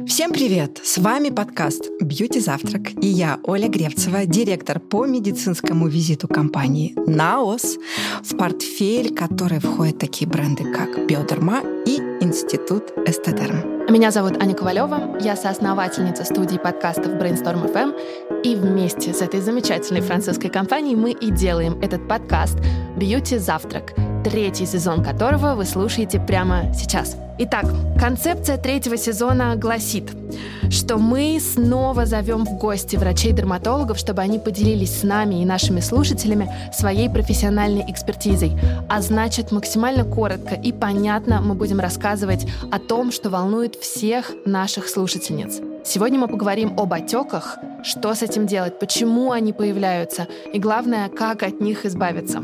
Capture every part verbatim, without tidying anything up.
Всем привет! С вами подкаст «Бьюти Завтрак» и я, Оля Гревцева, директор по медицинскому визиту компании «Наос», в портфель которой входят такие бренды, как «Биодерма» и «Институт Эстедерм». Меня зовут Аня Ковалева, я соосновательница студии подкастов Brainstorm эф эм, и вместе с этой замечательной французской компанией мы и делаем этот подкаст «Бьюти Завтрак», третий сезон которого вы слушаете прямо сейчас. Итак, концепция третьего сезона гласит, что мы снова зовем в гости врачей-дерматологов, чтобы они поделились с нами и нашими слушателями своей профессиональной экспертизой. А значит, максимально коротко и понятно мы будем рассказывать о том, что волнует всех наших слушательниц. Сегодня мы поговорим об отеках, что с этим делать, почему они появляются и, главное, как от них избавиться.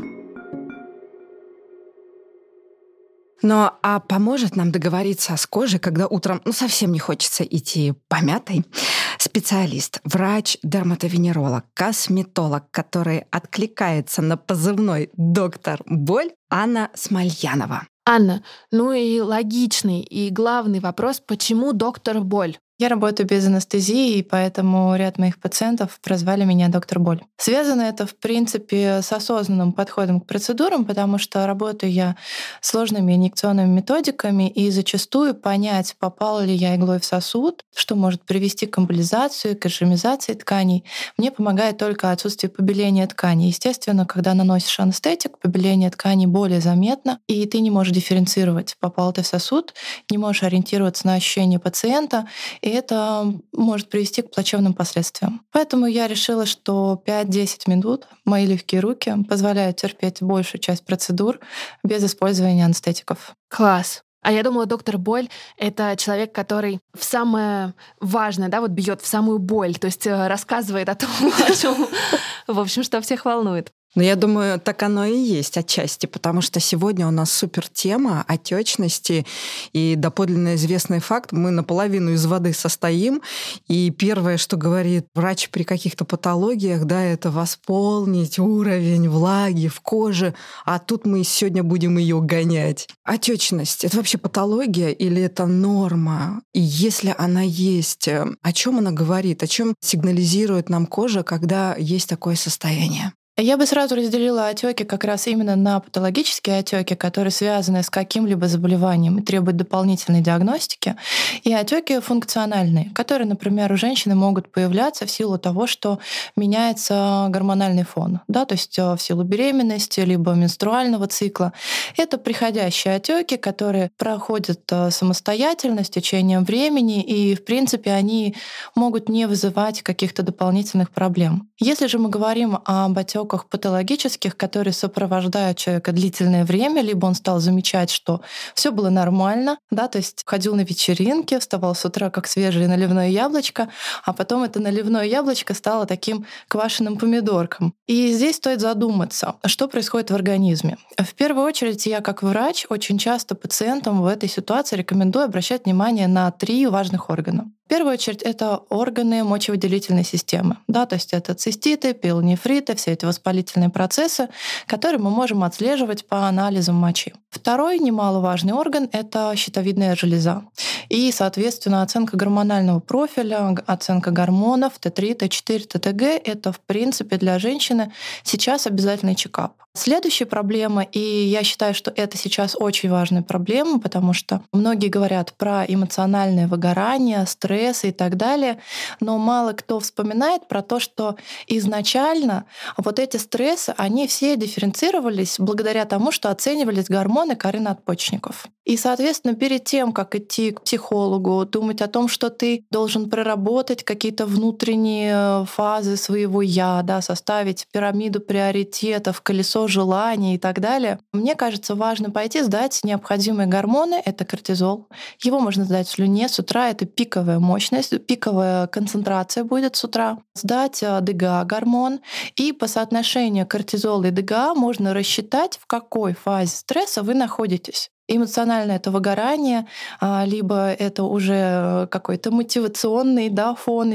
Но а поможет нам договориться с кожей, когда утром ну, совсем не хочется идти помятой? Специалист, врач, дерматовенеролог, косметолог, который откликается на позывной «Доктор Боль», Анна Смольянова. Анна, ну и логичный и главный вопрос, почему доктор Боль? Я работаю без анестезии, и поэтому ряд моих пациентов прозвали меня доктор Боль. Связано это, в принципе, с осознанным подходом к процедурам, потому что работаю я сложными инъекционными методиками, и зачастую понять, попала ли я иглой в сосуд, что может привести к эмболизации, к ишемизации тканей, мне помогает только отсутствие побеления тканей. Естественно, когда наносишь анестетик, побеление тканей более заметно, и ты не можешь дифференцировать, попал ты в сосуд, не можешь ориентироваться на ощущения пациента, и это может привести к плачевным последствиям. Поэтому я решила, что пять-десять минут мои легкие руки позволяют терпеть большую часть процедур без использования анестетиков. Класс. А я думала, доктор Боль — это человек, который в самое важное, да, вот бьет в самую боль, то есть рассказывает о том, о чем, в общем, что всех волнует. Но я думаю, так оно и есть отчасти, потому что сегодня у нас супер тема отечности, и доподлинно известный факт, мы наполовину из воды состоим, и первое, что говорит врач при каких-то патологиях, да, это восполнить уровень влаги в коже, а тут мы сегодня будем ее гонять. Отечность — это вообще патология или это норма? И если она есть, о чем она говорит, о чем сигнализирует нам кожа, когда есть такое состояние? Я бы сразу разделила отеки как раз именно на патологические отеки, которые связаны с каким-либо заболеванием и требуют дополнительной диагностики, и отеки функциональные, которые, например, у женщины могут появляться в силу того, что меняется гормональный фон, да, то есть в силу беременности либо менструального цикла. Это приходящие отеки, которые проходят самостоятельно с течением времени, и, в принципе, они могут не вызывать каких-то дополнительных проблем. Если же мы говорим об отеках патологических, которые сопровождают человека длительное время, либо он стал замечать, что все было нормально, да, то есть ходил на вечеринки, вставал с утра как свежее наливное яблочко, а потом это наливное яблочко стало таким квашеным помидорком. И здесь стоит задуматься, что происходит в организме. В первую очередь, я как врач очень часто пациентам в этой ситуации рекомендую обращать внимание на три важных органа. В первую очередь, это органы мочевыделительной системы. Да, то есть это циститы, пилонефриты, все эти воспалительные процессы, которые мы можем отслеживать по анализам мочи. Второй немаловажный орган — это щитовидная железа. И, соответственно, оценка гормонального профиля, оценка гормонов Т три, Т четыре, Т Т Г — это, в принципе, для женщины сейчас обязательный чекап. Следующая проблема, и я считаю, что это сейчас очень важная проблема, потому что многие говорят про эмоциональное выгорание, стресс и так далее, но мало кто вспоминает про то, что изначально вот эти стрессы, они все дифференцировались благодаря тому, что оценивались гормоны коры надпочечников. И, соответственно, перед тем, как идти к психологу, думать о том, что ты должен проработать какие-то внутренние фазы своего «я», да, составить пирамиду приоритетов, колесо желаний и так далее, мне кажется, важно пойти сдать необходимые гормоны. Это кортизол. Его можно сдать в слюне с утра. Это пиковая мощность, пиковая концентрация будет с утра. Сдать Д Г А-гормон. И по соотношению кортизола и Д Г А можно рассчитать, в какой фазе стресса вы находитесь. Эмоционально это выгорание, либо это уже какой-то мотивационный, да, фон идет.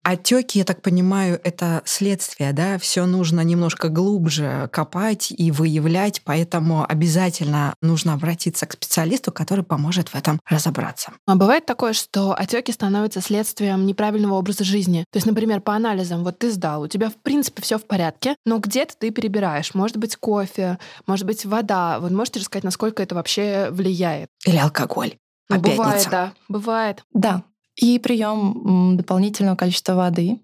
Отеки, я так понимаю, это следствие, да? Все нужно немножко глубже копать и выявлять, поэтому обязательно нужно обратиться к специалисту, который поможет в этом разобраться. А бывает такое, что отеки становятся следствием неправильного образа жизни. То есть, например, по анализам, вот ты сдал, у тебя в принципе все в порядке, но где-то ты перебираешь. Может быть, кофе, может быть, вода. Вот можете рассказать, насколько это вообще влияет? Или алкоголь. Ну, Опять бывает, пятница. да, бывает. Да. И прием дополнительного количества воды,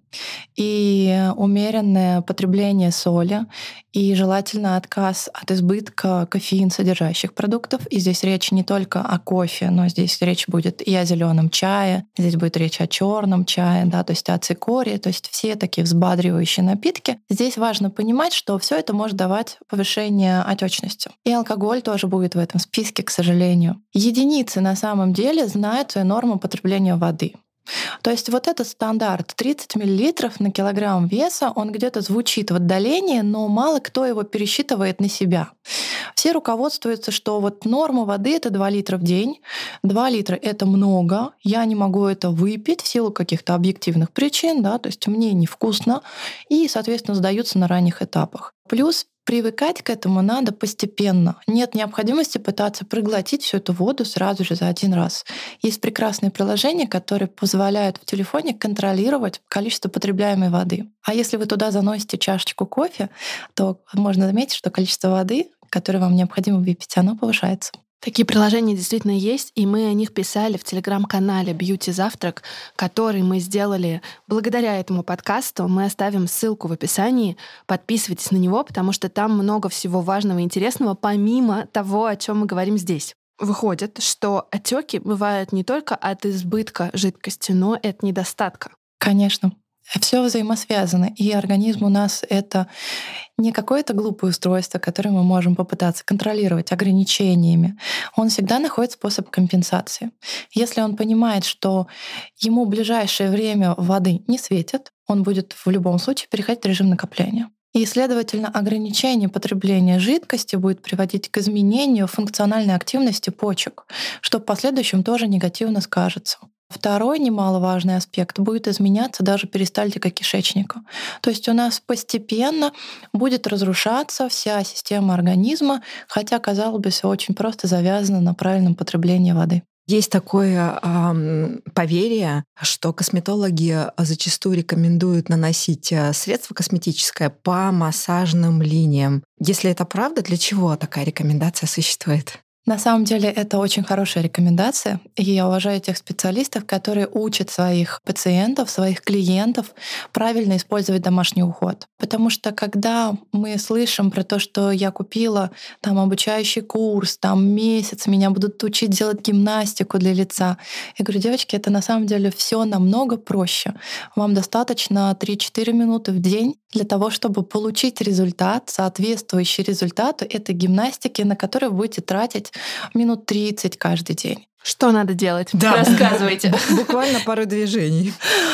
и умеренное потребление соли, и желательно отказ от избытка кофеин содержащих продуктов. И здесь речь не только о кофе, но здесь речь будет и о зеленом чае, здесь будет речь о черном чае, да, то есть о цикоре, то есть все такие взбадривающие напитки. Здесь важно понимать, что все это может давать повышение отечности. И алкоголь тоже будет в этом списке, к сожалению. Единицы на самом деле знают свою норму потребления воды. То есть вот этот стандарт тридцать миллилитров на килограмм веса, он где-то звучит в отдалении, но мало кто его пересчитывает на себя. Все руководствуются, что вот норма воды — это два литра в день. два литра — это много, я не могу это выпить в силу каких-то объективных причин, да, то есть мне невкусно, и, соответственно, сдаются на ранних этапах. Плюс привыкать к этому надо постепенно. Нет необходимости пытаться проглотить всю эту воду сразу же за один раз. Есть прекрасные приложения, которые позволяют в телефоне контролировать количество потребляемой воды. А если вы туда заносите чашечку кофе, то можно заметить, что количество воды, которое вам необходимо выпить, оно повышается. Такие приложения действительно есть, и мы о них писали в телеграм-канале Beauty Завтрак, который мы сделали благодаря этому подкасту. Мы оставим ссылку в описании. Подписывайтесь на него, потому что там много всего важного и интересного, помимо того, о чем мы говорим здесь. Выходит, что отеки бывают не только от избытка жидкости, но и от недостатка. Конечно. Все взаимосвязано, и организм у нас — это не какое-то глупое устройство, которое мы можем попытаться контролировать ограничениями. Он всегда находит способ компенсации. Если он понимает, что ему в ближайшее время воды не светит, он будет в любом случае переходить в режим накопления. И, следовательно, ограничение потребления жидкости будет приводить к изменению функциональной активности почек, что в последующем тоже негативно скажется. Второй немаловажный аспект — будет изменяться даже перистальтика кишечника. То есть у нас постепенно будет разрушаться вся система организма, хотя, казалось бы, все очень просто завязано на правильном потреблении воды. Есть такое э, поверье, что косметологи зачастую рекомендуют наносить средство косметическое по массажным линиям. Если это правда, для чего такая рекомендация существует? На самом деле это очень хорошая рекомендация, и я уважаю тех специалистов, которые учат своих пациентов, своих клиентов правильно использовать домашний уход. Потому что когда мы слышим про то, что я купила там обучающий курс, там месяц меня будут учить делать гимнастику для лица, я говорю, девочки, это на самом деле все намного проще. Вам достаточно три-четыре минуты в день для того, чтобы получить результат, соответствующий результату этой гимнастики, на которую вы будете тратить минут тридцать каждый день. Что надо делать? Да. Рассказывайте. Буквально пару движений.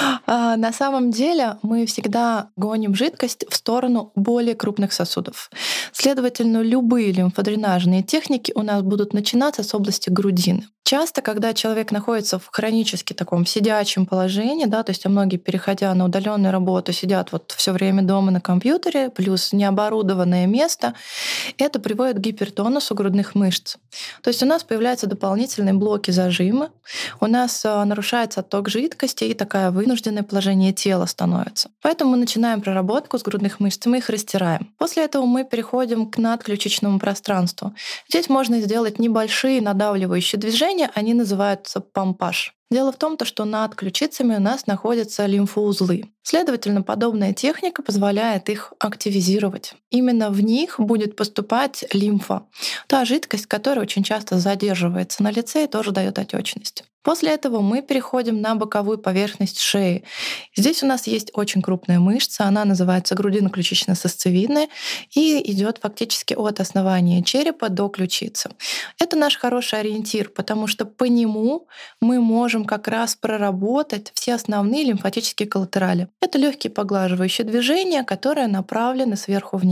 А, на самом деле мы всегда гоним жидкость в сторону более крупных сосудов. Следовательно, любые лимфодренажные техники у нас будут начинаться с области грудины. Часто, когда человек находится в хронически таком сидячем положении, да, то есть многие, переходя на удаленную работу, сидят вот все время дома на компьютере, плюс необорудованное место, это приводит к гипертонусу грудных мышц. То есть у нас появляются дополнительные блоки зажима, у нас нарушается отток жидкости, и такое вынужденное положение тела становится. Поэтому мы начинаем проработку с грудных мышц, мы их растираем. После этого мы переходим к надключичному пространству. Здесь можно сделать небольшие надавливающие движения, они называются помпаж. Дело в том, что над ключицами у нас находятся лимфоузлы. Следовательно, подобная техника позволяет их активизировать. Именно в них будет поступать лимфа, та жидкость, которая очень часто задерживается на лице и тоже дает отечность. После этого мы переходим на боковую поверхность шеи. Здесь у нас есть очень крупная мышца, она называется грудино-ключично-сосцевидная и идет фактически от основания черепа до ключицы. Это наш хороший ориентир, потому что по нему мы можем как раз проработать все основные лимфатические коллатерали. Это легкие поглаживающие движения, которые направлены сверху вниз.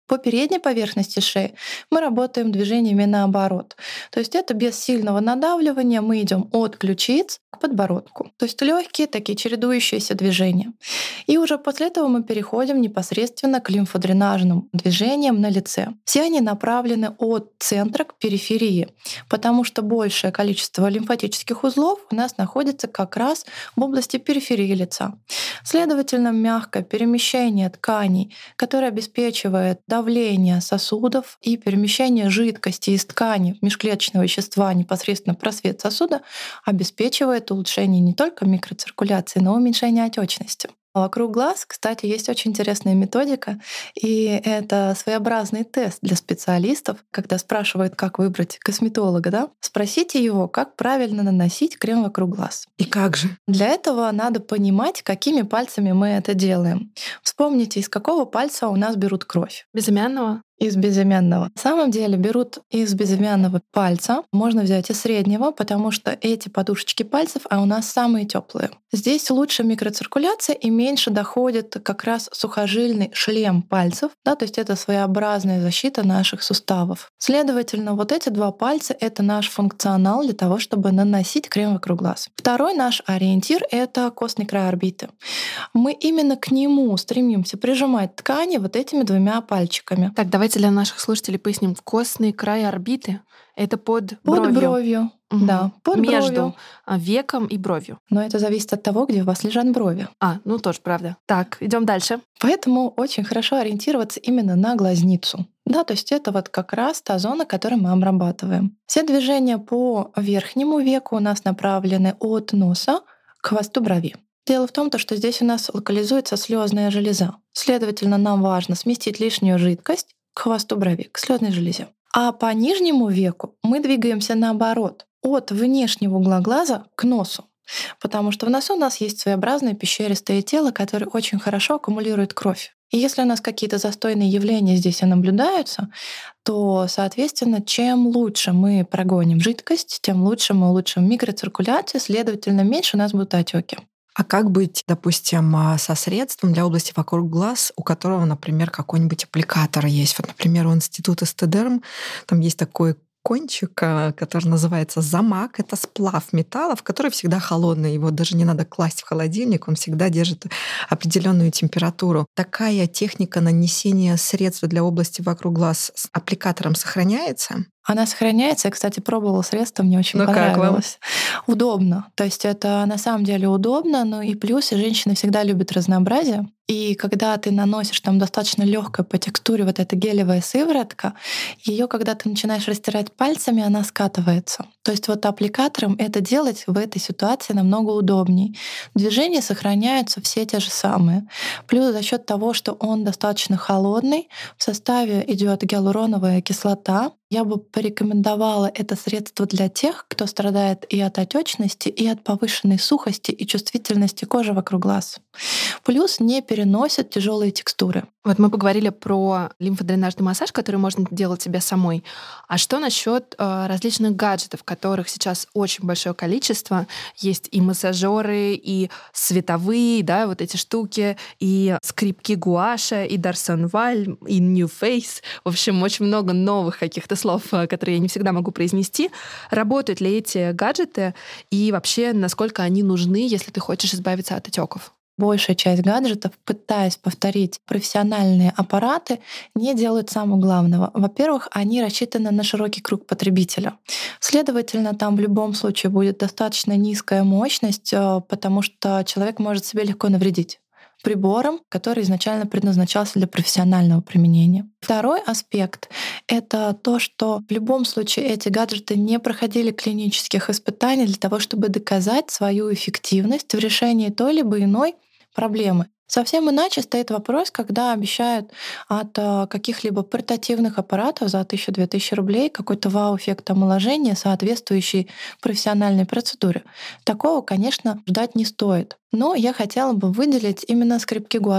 По передней поверхности шеи мы работаем движениями наоборот. То есть это без сильного надавливания, мы идем от ключиц к подбородку. То есть легкие такие чередующиеся движения. И уже после этого мы переходим непосредственно к лимфодренажным движениям на лице. Все они направлены от центра к периферии, потому что большее количество лимфатических узлов у нас находится как раз в области периферии лица. Следовательно, мягкое перемещение тканей, которое обеспечивает давление сосудов и перемещение жидкости из ткани в межклеточные вещества непосредственно в просвет сосуда, обеспечивает улучшение не только микроциркуляции, но и уменьшение отечности. Вокруг глаз, кстати, есть очень интересная методика, и это своеобразный тест для специалистов, когда спрашивают, как выбрать косметолога, да? Спросите его, как правильно наносить крем вокруг глаз. И как же? Для этого надо понимать, какими пальцами мы это делаем. Вспомните, из какого пальца у нас берут кровь. Безымянного? Из безымянного. На самом деле берут из безымянного пальца, можно взять и среднего, потому что эти подушечки пальцев, а у нас самые теплые. Здесь лучше микроциркуляция и меньше доходит как раз сухожильный шлем пальцев, да, то есть это своеобразная защита наших суставов. Следовательно, вот эти два пальца — это наш функционал для того, чтобы наносить крем вокруг глаз. Второй наш ориентир — это костный край орбиты. Мы именно к нему стремимся прижимать ткани вот этими двумя пальчиками. Так, давайте для наших слушателей поясним. Костный край орбиты — это под, под бровью. бровью. Угу. Да, под Между бровью. веком и бровью. Но это зависит от того, где у вас лежат брови. А, ну тоже правда. Так, идем дальше. Поэтому очень хорошо ориентироваться именно на глазницу. Да, то есть это вот как раз та зона, которую мы обрабатываем. Все движения по верхнему веку у нас направлены от носа к хвосту брови. Дело в том, что здесь у нас локализуется слезная железа. Следовательно, нам важно сместить лишнюю жидкость к хвосту брови, к слезной железе. А по нижнему веку мы двигаемся наоборот, от внешнего угла глаза к носу. Потому что в носу у нас есть своеобразное пещеристое тело, которое очень хорошо аккумулирует кровь. И если у нас какие-то застойные явления здесь и наблюдаются, то, соответственно, чем лучше мы прогоним жидкость, тем лучше мы улучшим микроциркуляцию, следовательно, меньше у нас будут отеки. А как быть, допустим, со средством для области вокруг глаз, у которого, например, какой-нибудь аппликатор есть? Вот, например, у Института Эстедерм там есть такой кончик, который называется замак. Это сплав металлов, который всегда холодный. Его даже не надо класть в холодильник, он всегда держит определенную температуру. Такая техника нанесения средств для области вокруг глаз с аппликатором сохраняется? Она сохраняется. Я, кстати, пробовала средство, мне очень ну понравилось. Удобно. То есть это на самом деле удобно, но и плюс, и женщины всегда любят разнообразие. И когда ты наносишь там достаточно легкая по текстуре вот эта гелевая сыворотка, ее, когда ты начинаешь растирать пальцами, она скатывается. То есть вот аппликатором это делать в этой ситуации намного удобней. Движения сохраняются все те же самые. Плюс за счет того, что он достаточно холодный, в составе идет гиалуроновая кислота. Я бы порекомендовала это средство для тех, кто страдает и от отечности, и от повышенной сухости и чувствительности кожи вокруг глаз. Плюс не переносит тяжелые текстуры. Вот мы поговорили про лимфодренажный массаж, который можно делать себе самой. А что насчет э, различных гаджетов, которых сейчас очень большое количество? Есть и массажеры, и световые, да, вот эти штуки, и скрипки гуаша, и Дарсон Валь, и New Face. В общем, очень много новых каких-то слов, которые я не всегда могу произнести. Работают ли эти гаджеты и вообще насколько они нужны, если ты хочешь избавиться от отеков? Большая часть гаджетов, пытаясь повторить профессиональные аппараты, не делают самого главного. Во-первых, они рассчитаны на широкий круг потребителя. Следовательно, там в любом случае будет достаточно низкая мощность, потому что человек может себе легко навредить прибором, который изначально предназначался для профессионального применения. Второй аспект — это то, что в любом случае эти гаджеты не проходили клинических испытаний для того, чтобы доказать свою эффективность в решении той либо иной проблемы. Совсем иначе стоит вопрос, когда обещают от каких-либо портативных аппаратов за тысячу-две тысячи рублей какой-то вау-эффект омоложения, соответствующий профессиональной процедуре. Такого, конечно, ждать не стоит. Но я хотела бы выделить именно скрипки гуаша.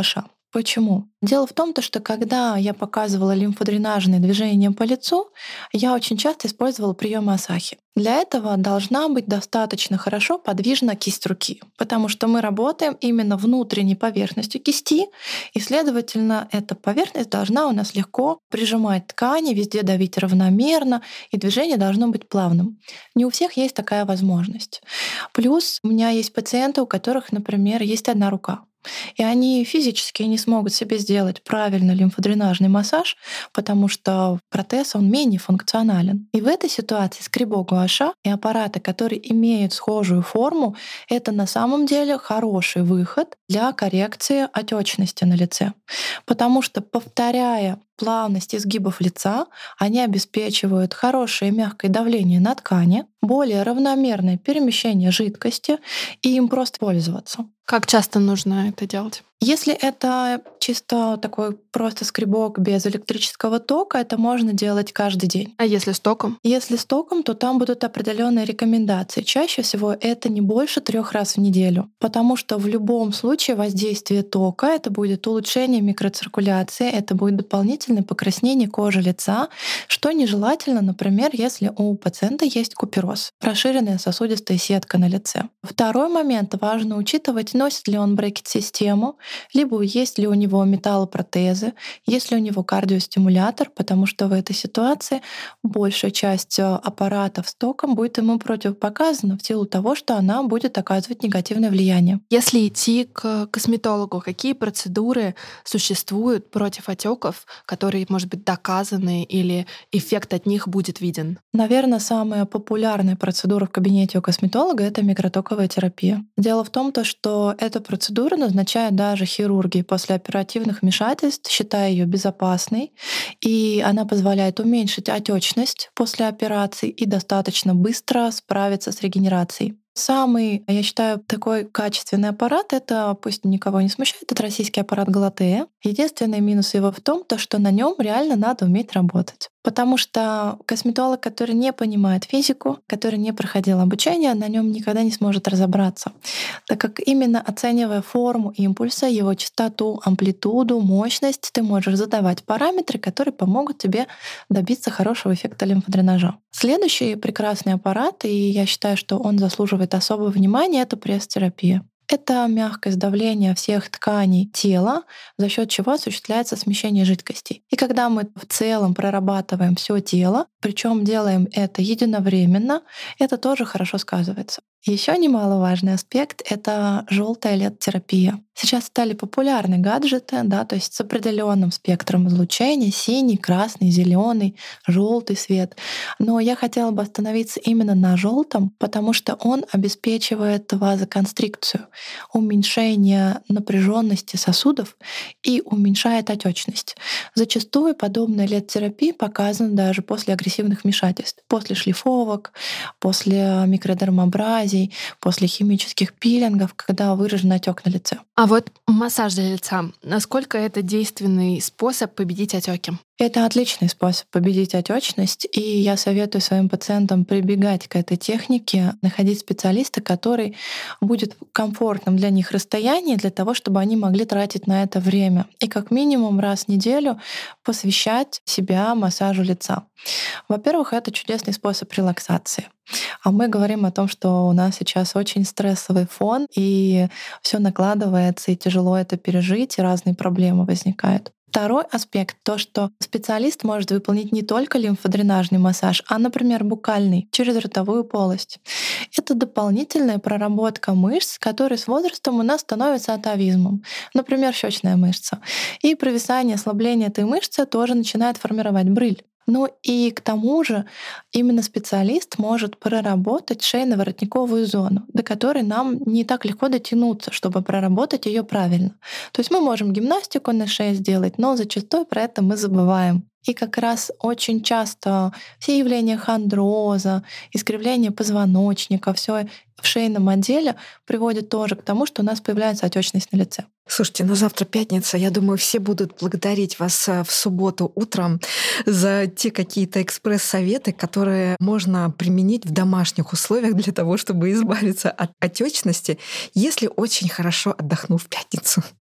Почему? Дело в том, что когда я показывала лимфодренажные движения по лицу, я очень часто использовала приемы Асахи. Для этого должна быть достаточно хорошо подвижна кисть руки, потому что мы работаем именно внутренней поверхностью кисти, и, следовательно, эта поверхность должна у нас легко прижимать ткани, везде давить равномерно, и движение должно быть плавным. Не у всех есть такая возможность. Плюс у меня есть пациенты, у которых, например, есть одна рука. И они физически не смогут себе сделать правильный лимфодренажный массаж, потому что протез, он менее функционален. И в этой ситуации скребок гуаша и аппараты, которые имеют схожую форму, это на самом деле хороший выход для коррекции отечности на лице. Потому что, повторяя плавность изгибов лица, они обеспечивают хорошее мягкое давление на ткани, более равномерное перемещение жидкости, и им просто пользоваться. Как часто нужно это делать? Если это чисто такой просто скребок без электрического тока, это можно делать каждый день. А если с током? Если с током, то там будут определенные рекомендации. Чаще всего это не больше трех раз в неделю, потому что в любом случае воздействие тока — это будет улучшение микроциркуляции, это будет дополнительное покраснение кожи лица, что нежелательно, например, если у пациента есть купероз, расширенная сосудистая сетка на лице. Второй момент — важно учитывать, носит ли он брекет-систему, либо есть ли у него металлопротезы, есть ли у него кардиостимулятор, потому что в этой ситуации большая часть аппаратов с током будет ему противопоказана в силу того, что она будет оказывать негативное влияние. Если идти к косметологу, какие процедуры существуют против отеков, которые, может быть, доказаны или эффект от них будет виден? Наверное, самая популярная процедура в кабинете у косметолога — это микротоковая терапия. Дело в том, что эта процедура назначают даже хирурги после оперативных вмешательств, считая ее безопасной, и она позволяет уменьшить отечность после операции и достаточно быстро справиться с регенерацией. Самый, я считаю, такой качественный аппарат — это, пусть никого не смущает, это российский аппарат Галатея. Единственный минус его в том, что на нем реально надо уметь работать. Потому что косметолог, который не понимает физику, который не проходил обучение, на нем никогда не сможет разобраться. Так как именно оценивая форму импульса, его частоту, амплитуду, мощность, ты можешь задавать параметры, которые помогут тебе добиться хорошего эффекта лимфодренажа. Следующий прекрасный аппарат, и я считаю, что он заслуживает особого внимания, это пресс-терапия. Это мягкое сдавление всех тканей тела, за счет чего осуществляется смещение жидкостей. И когда мы в целом прорабатываем все тело, причем делаем это единовременно, это тоже хорошо сказывается. Еще немаловажный аспект — это желтая эл и ди-терапия. Сейчас стали популярны гаджеты, да, то есть с определенным спектром излучения: синий, красный, зеленый, желтый свет. Но я хотела бы остановиться именно на желтом, потому что он обеспечивает вазоконстрикцию, уменьшение напряженности сосудов и уменьшает отечность. Зачастую подобная эл и ди-терапия показана даже после агрессивных вмешательств, после шлифовок, после микродермабразий, после химических пилингов, когда выражен отек на лице. А вот массаж для лица, насколько это действенный способ победить отеки? Это отличный способ победить отечность, и я советую своим пациентам прибегать к этой технике, находить специалиста, который будет в комфортном для них расстоянии, для того, чтобы они могли тратить на это время. И как минимум раз в неделю посвящать себя массажу лица. Во-первых, это чудесный способ релаксации. А мы говорим о том, что у нас сейчас очень стрессовый фон, и все накладывается, и тяжело это пережить, и разные проблемы возникают. Второй аспект — то, что специалист может выполнить не только лимфодренажный массаж, а, например, букальный, через ротовую полость. Это дополнительная проработка мышц, которые с возрастом у нас становятся атовизмом, например, щечная мышца. И провисание, ослабление этой мышцы тоже начинает формировать брыль. Ну и к тому же именно специалист может проработать шейно-воротниковую зону, до которой нам не так легко дотянуться, чтобы проработать ее правильно. То есть мы можем гимнастику на шее сделать, но зачастую про это мы забываем. И как раз очень часто все явления хондроза, искривления позвоночника, все в шейном отделе приводит тоже к тому, что у нас появляется отечность на лице. Слушайте, ну завтра пятница, я думаю, все будут благодарить вас в субботу утром за те какие-то экспресс-советы, которые можно применить в домашних условиях для того, чтобы избавиться от отечности, если очень хорошо отдохну в пятницу.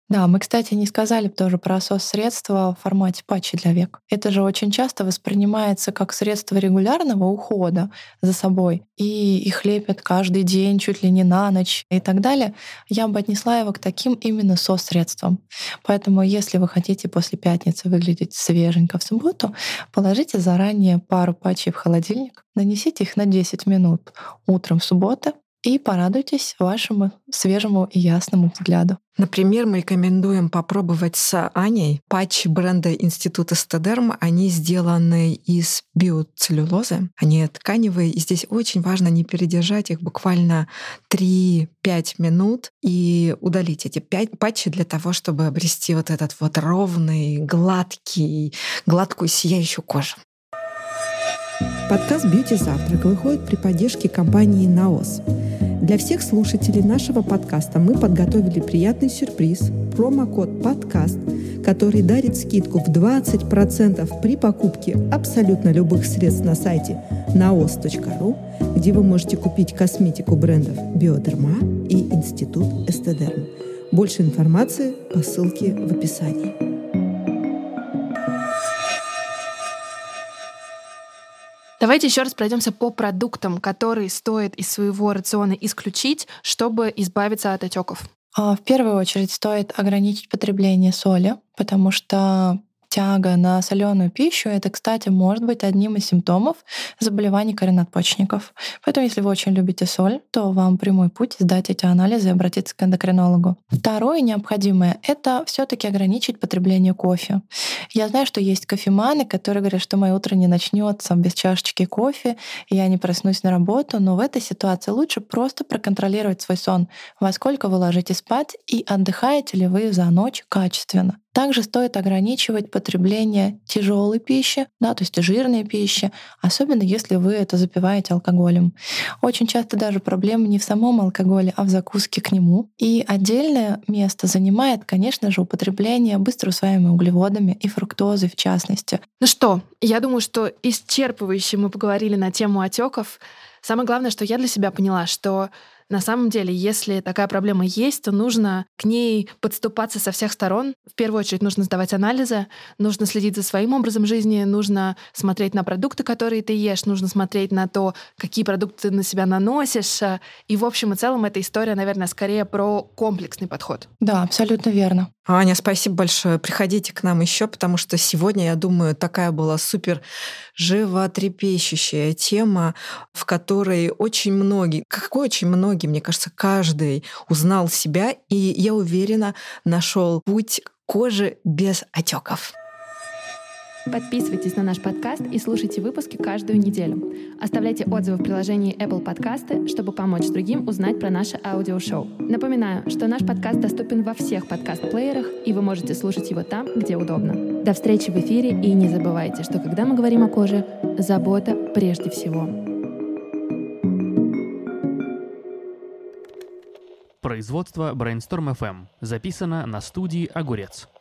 Да, мы, кстати, не сказали тоже про сос-средства в формате патчи для век. Это же очень часто воспринимается как средство регулярного ухода за собой. И их лепят каждый день, чуть ли не на ночь и так далее. Я бы отнесла его к таким именно сос-средствам. Поэтому если вы хотите после пятницы выглядеть свеженько в субботу, положите заранее пару патчей в холодильник, нанесите их на десять минут утром в субботу, и порадуйтесь вашему свежему и ясному взгляду. Например, мы рекомендуем попробовать с Аней патчи бренда Института Эстедерм. Они сделаны из биоцеллюлозы, они тканевые, и здесь очень важно не передержать их буквально три-пять минут и удалить эти пять патчи для того, чтобы обрести вот этот вот ровный, гладкий, гладкую сияющую кожу. Подкаст «Бьюти Завтрак» выходит при поддержке компании «Наос». Для всех слушателей нашего подкаста мы подготовили приятный сюрприз – промокод «Подкаст», который дарит скидку в двадцать процентов при покупке абсолютно любых средств на сайте наос точка ру, где вы можете купить косметику брендов «Биодерма» и «Институт Эстедерм». Больше информации по ссылке в описании. Давайте еще раз пройдемся по продуктам, которые стоит из своего рациона исключить, чтобы избавиться от отеков. В первую очередь стоит ограничить потребление соли, потому что тяга на соленую пищу — это, кстати, может быть одним из симптомов заболеваний кореннодпочечников. Поэтому, если вы очень любите соль, то вам прямой путь сдать эти анализы и обратиться к эндокринологу. Второе необходимое — это все-таки ограничить потребление кофе. Я знаю, что есть кофеманы, которые говорят, что мое утро не начнется без чашечки кофе, и я не проснусь на работу, но в этой ситуации лучше просто проконтролировать свой сон, во сколько вы ложитесь спать и отдыхаете ли вы за ночь качественно. Также стоит ограничивать потребление тяжелой пищи, да, то есть жирной пищи, особенно если вы это запиваете алкоголем. Очень часто даже проблема не в самом алкоголе, а в закуске к нему. И отдельное место занимает, конечно же, употребление быстро усваиваемыми углеводами и фруктозой в частности. Ну что, я думаю, что исчерпывающе мы поговорили на тему отеков. Самое главное, что я для себя поняла, что на самом деле, если такая проблема есть, то нужно к ней подступаться со всех сторон. В первую очередь нужно сдавать анализы, нужно следить за своим образом жизни, нужно смотреть на продукты, которые ты ешь, нужно смотреть на то, какие продукты ты на себя наносишь. И в общем и целом эта история, наверное, скорее про комплексный подход. Да, абсолютно верно. Аня, спасибо большое. Приходите к нам еще, потому что сегодня, я думаю, такая была супер животрепещущая тема, в которой очень многие, как очень многие, мне кажется, каждый узнал себя, и, я уверена, нашел путь к коже без отеков. Подписывайтесь на наш подкаст и слушайте выпуски каждую неделю. Оставляйте отзывы в приложении Apple Podcasts, чтобы помочь другим узнать про наше аудиошоу. Напоминаю, что наш подкаст доступен во всех подкаст-плеерах, и вы можете слушать его там, где удобно. До встречи в эфире, и не забывайте, что когда мы говорим о коже, забота прежде всего. Производство Brainstorm эф эм. Записано на студии «Огурец».